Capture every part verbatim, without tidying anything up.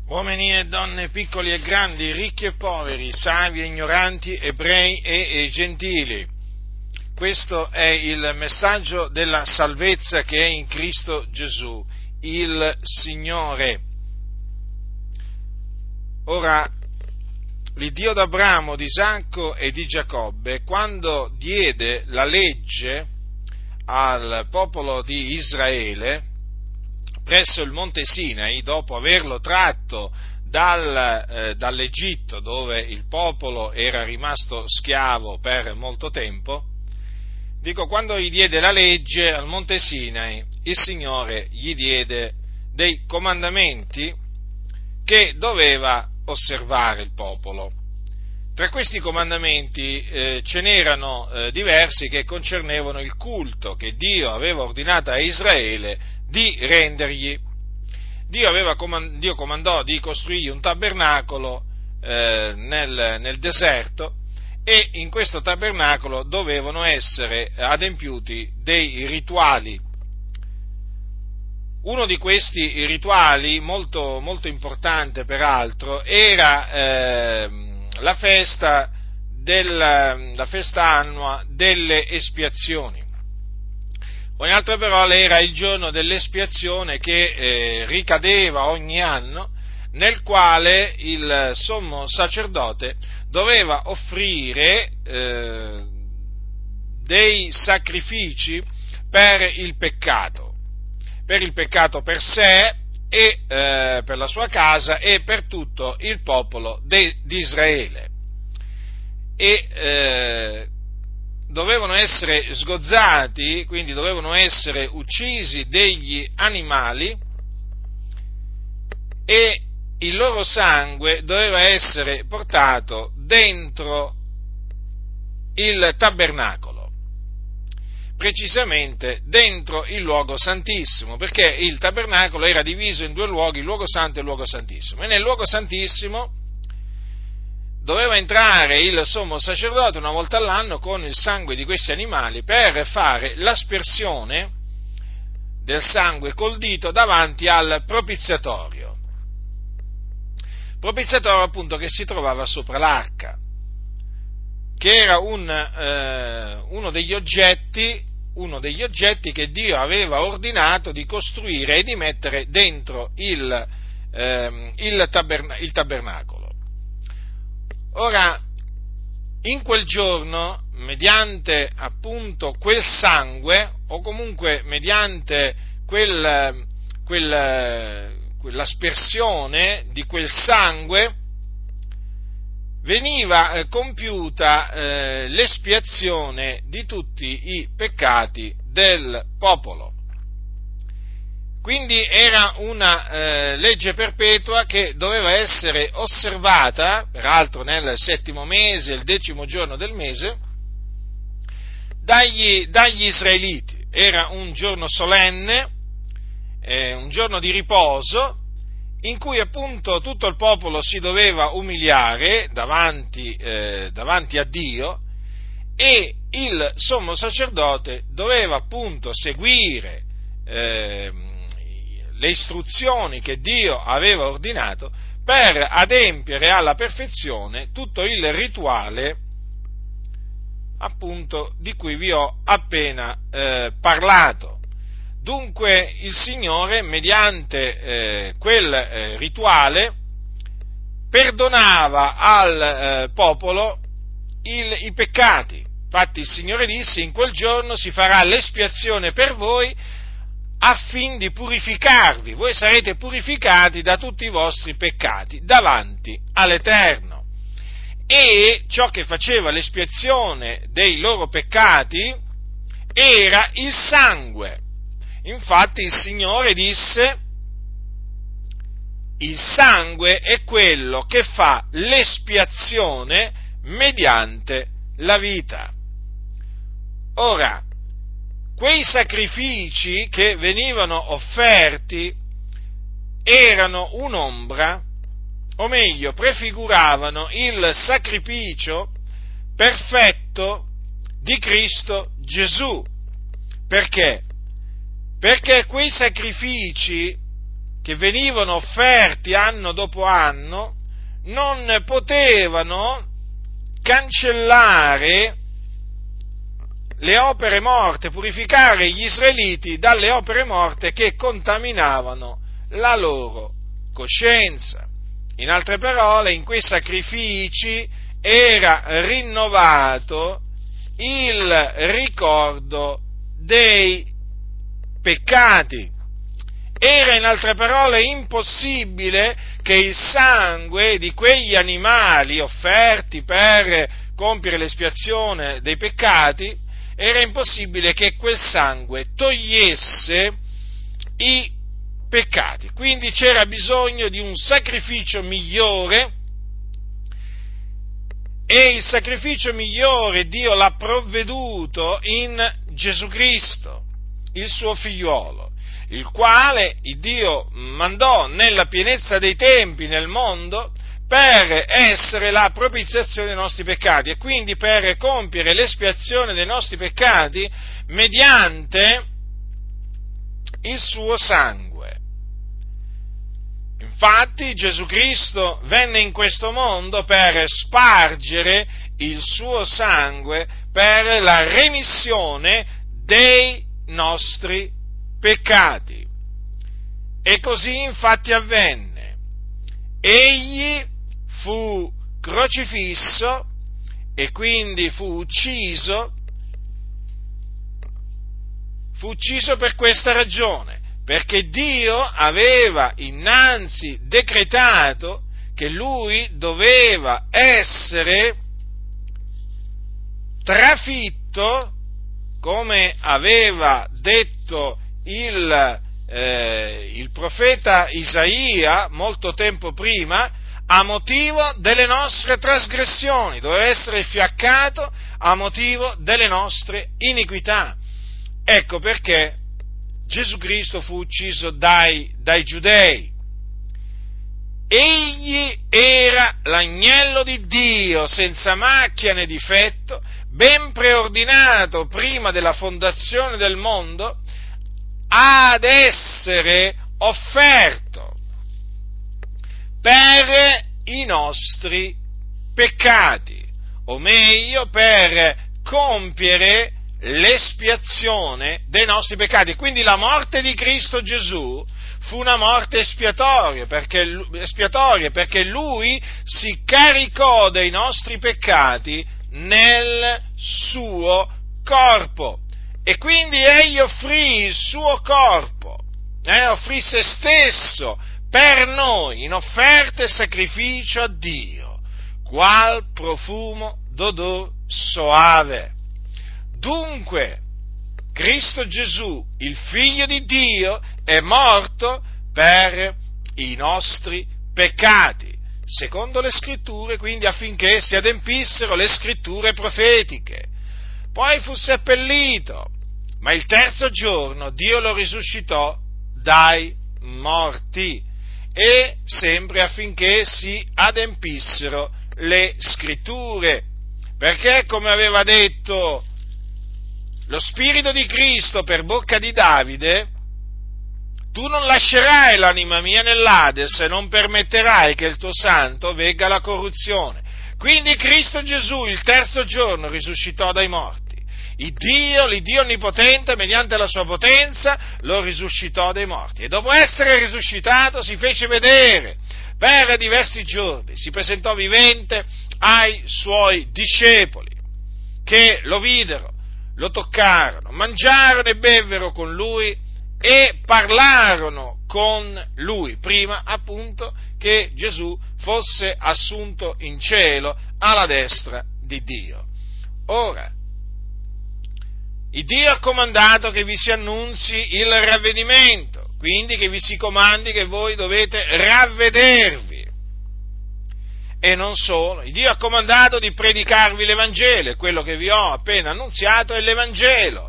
Uomini e donne, piccoli e grandi, ricchi e poveri, savi e ignoranti, ebrei e, e gentili. Questo è il messaggio della salvezza che è in Cristo Gesù, il Signore. Ora, l'Iddio d'Abramo, di Isacco e di Giacobbe, quando diede la legge al popolo di Israele presso il monte Sinai, dopo averlo tratto dal, eh, dall'Egitto, dove il popolo era rimasto schiavo per molto tempo, dico, quando gli diede la legge al monte Sinai, il Signore gli diede dei comandamenti che doveva osservare il popolo. Tra questi comandamenti eh, ce n'erano eh, diversi che concernevano il culto che Dio aveva ordinato a Israele di rendergli. Dio, aveva comand- Dio comandò di costruirgli un tabernacolo eh, nel, nel deserto, e in questo tabernacolo dovevano essere adempiuti dei rituali. Uno di questi rituali, molto, molto importante peraltro, era eh, la festa, del, la festa annua delle espiazioni. O in altre parole, era il giorno dell'espiazione che eh, ricadeva ogni anno, nel quale il sommo sacerdote doveva offrire eh, dei sacrifici per il peccato. per il peccato per sé e eh, per la sua casa e per tutto il popolo de, di Israele. E eh, dovevano essere sgozzati, quindi dovevano essere uccisi degli animali, e il loro sangue doveva essere portato dentro il tabernacolo, precisamente dentro il luogo santissimo, perché il tabernacolo era diviso in due luoghi, il luogo santo e il luogo santissimo, e nel luogo santissimo doveva entrare il sommo sacerdote una volta all'anno con il sangue di questi animali per fare l'aspersione del sangue col dito davanti al propiziatorio, propiziatorio appunto che si trovava sopra l'arca, che era un, eh, uno degli oggetti, uno degli oggetti che Dio aveva ordinato di costruire e di mettere dentro il, eh, il, taberna- il tabernacolo. Ora, in quel giorno, mediante appunto quel sangue, o comunque mediante quel, quel, quell'aspersione di quel sangue, veniva eh, compiuta eh, l'espiazione di tutti i peccati del popolo. Quindi era una eh, legge perpetua che doveva essere osservata, peraltro nel settimo mese, il decimo giorno del mese, dagli, dagli israeliti. Era un giorno solenne, eh, un giorno di riposo, in cui appunto tutto il popolo si doveva umiliare davanti, eh, davanti a Dio, e il sommo sacerdote doveva appunto seguire eh, le istruzioni che Dio aveva ordinato per adempiere alla perfezione tutto il rituale appunto di cui vi ho appena eh, parlato. Dunque il Signore, mediante eh, quel eh, rituale, perdonava al eh, popolo il, i peccati. Infatti il Signore disse: in quel giorno si farà l'espiazione per voi affin di purificarvi. Voi sarete purificati da tutti i vostri peccati davanti all'Eterno. E ciò che faceva l'espiazione dei loro peccati era il sangue. Infatti il Signore disse: il sangue è quello che fa l'espiazione mediante la vita. Ora, quei sacrifici che venivano offerti erano un'ombra, o meglio, prefiguravano il sacrificio perfetto di Cristo Gesù. Perché? Perché quei sacrifici che venivano offerti anno dopo anno non potevano cancellare le opere morte, purificare gli israeliti dalle opere morte che contaminavano la loro coscienza. In altre parole, in quei sacrifici era rinnovato il ricordo dei peccati. Era, in altre parole, impossibile che il sangue di quegli animali offerti per compiere l'espiazione dei peccati, era impossibile che quel sangue togliesse i peccati. Quindi c'era bisogno di un sacrificio migliore, e il sacrificio migliore Dio l'ha provveduto in Gesù Cristo, il suo figliuolo, il quale Dio mandò nella pienezza dei tempi nel mondo per essere la propiziazione dei nostri peccati e quindi per compiere l'espiazione dei nostri peccati mediante il suo sangue. Infatti Gesù Cristo venne in questo mondo per spargere il suo sangue per la remissione dei nostri peccati. E così infatti avvenne. Egli fu crocifisso e quindi fu ucciso, fu ucciso per questa ragione, perché Dio aveva innanzi decretato che lui doveva essere trafitto, come aveva detto il, eh, il profeta Isaia molto tempo prima, a motivo delle nostre trasgressioni, doveva essere fiaccato a motivo delle nostre iniquità. Ecco perché Gesù Cristo fu ucciso dai, dai giudei. Egli era l'agnello di Dio, senza macchia né difetto, ben preordinato prima della fondazione del mondo, ad essere offerto per i nostri peccati, o meglio, per compiere l'espiazione dei nostri peccati. Quindi la morte di Cristo Gesù fu una morte espiatoria perché, espiatoria, perché Lui si caricò dei nostri peccati nel suo corpo, e quindi Egli offrì il suo corpo, eh, offrì se stesso per noi in offerta e sacrificio a Dio, qual profumo d'odor soave. Dunque, Cristo Gesù, il Figlio di Dio, è morto per i nostri peccati, secondo le Scritture, quindi affinché si adempissero le Scritture profetiche. Poi fu seppellito, ma il terzo giorno Dio lo risuscitò dai morti, e sempre affinché si adempissero le Scritture, perché, come aveva detto lo Spirito di Cristo per bocca di Davide, tu non lascerai l'anima mia nell'Ades e non permetterai che il tuo santo vegga la corruzione. Quindi Cristo Gesù il terzo giorno risuscitò dai morti. Il Dio, l'Iddio onnipotente, mediante la sua potenza, lo risuscitò dai morti. E dopo essere risuscitato si fece vedere per diversi giorni, si presentò vivente ai suoi discepoli, che lo videro, lo toccarono, mangiarono e bevvero con lui e parlarono con lui, prima appunto che Gesù fosse assunto in cielo alla destra di Dio. Ora, il Dio ha comandato che vi si annunzi il ravvedimento, quindi che vi si comandi che voi dovete ravvedervi. E non solo, il Dio ha comandato di predicarvi l'Evangelo, e quello che vi ho appena annunziato è l'Evangelo,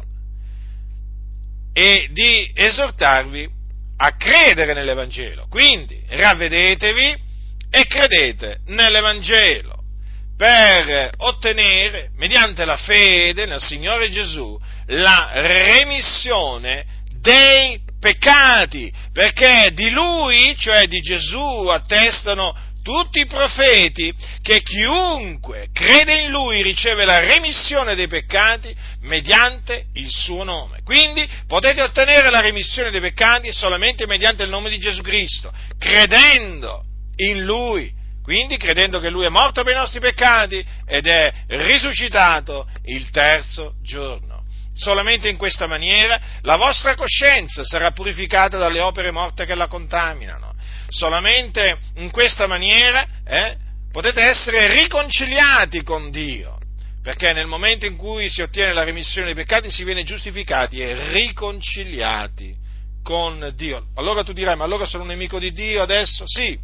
e di esortarvi a credere nell'Evangelo. Quindi ravvedetevi e credete nell'Evangelo per ottenere, mediante la fede nel Signore Gesù, la remissione dei peccati, perché di Lui, cioè di Gesù, attestano tutti i profeti che chiunque crede in Lui riceve la remissione dei peccati mediante il suo nome. Quindi potete ottenere la remissione dei peccati solamente mediante il nome di Gesù Cristo, credendo in Lui, quindi credendo che Lui è morto per i nostri peccati ed è risuscitato il terzo giorno. Solamente in questa maniera la vostra coscienza sarà purificata dalle opere morte che la contaminano. Solamente in questa maniera eh, potete essere riconciliati con Dio, perché nel momento in cui si ottiene la remissione dei peccati si viene giustificati e riconciliati con Dio. Allora tu dirai, ma allora sono un nemico di Dio adesso? Sì,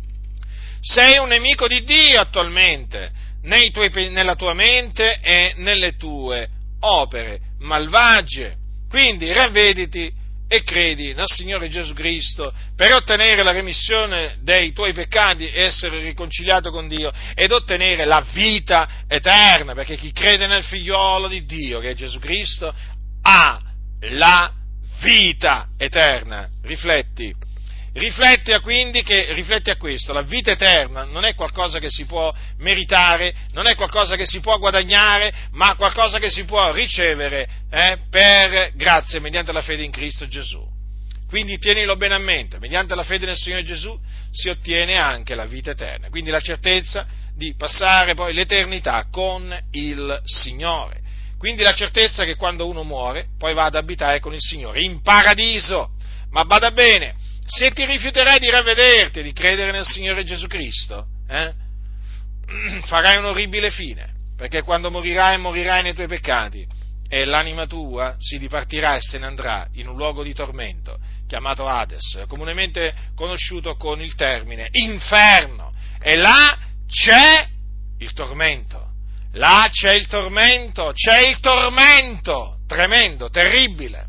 sei un nemico di Dio attualmente, nei tuoi, nella tua mente e nelle tue opere malvagie. Quindi ravvediti e credi nel Signore Gesù Cristo per ottenere la remissione dei tuoi peccati e essere riconciliato con Dio ed ottenere la vita eterna, perché chi crede nel figliolo di Dio, che è Gesù Cristo, ha la vita eterna. Rifletti. Rifletti a quindi che, rifletti a questo, la vita eterna non è qualcosa che si può meritare, non è qualcosa che si può guadagnare, ma qualcosa che si può ricevere eh, per grazia mediante la fede in Cristo Gesù. Quindi tienilo bene a mente, mediante la fede nel Signore Gesù si ottiene anche la vita eterna, quindi la certezza di passare poi l'eternità con il Signore. Quindi la certezza che quando uno muore poi va ad abitare con il Signore in paradiso. Ma bada bene, se ti rifiuterai di ravvederti, di credere nel Signore Gesù Cristo, eh, farai un orribile fine, perché quando morirai, morirai nei tuoi peccati e l'anima tua si dipartirà e se ne andrà in un luogo di tormento, chiamato Hades, comunemente conosciuto con il termine inferno, e là c'è il tormento, là c'è il tormento, c'è il tormento, tremendo, terribile.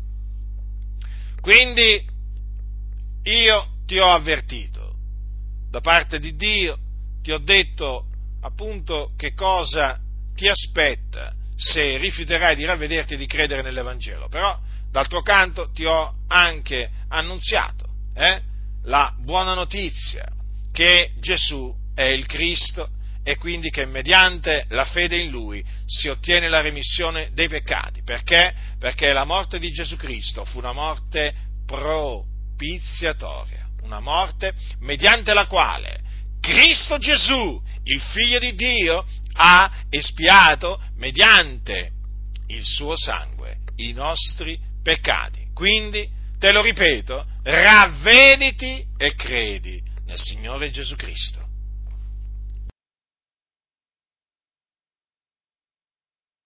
Quindi, io ti ho avvertito, da parte di Dio, ti ho detto appunto che cosa ti aspetta se rifiuterai di ravvederti e di credere nell'Evangelo, però d'altro canto ti ho anche annunziato eh, la buona notizia che Gesù è il Cristo e quindi che mediante la fede in Lui si ottiene la remissione dei peccati. Perché? Perché la morte di Gesù Cristo fu una morte propiziatoria, una morte mediante la quale Cristo Gesù, il Figlio di Dio, ha espiato mediante il suo sangue i nostri peccati. Quindi, te lo ripeto, ravvediti e credi nel Signore Gesù Cristo.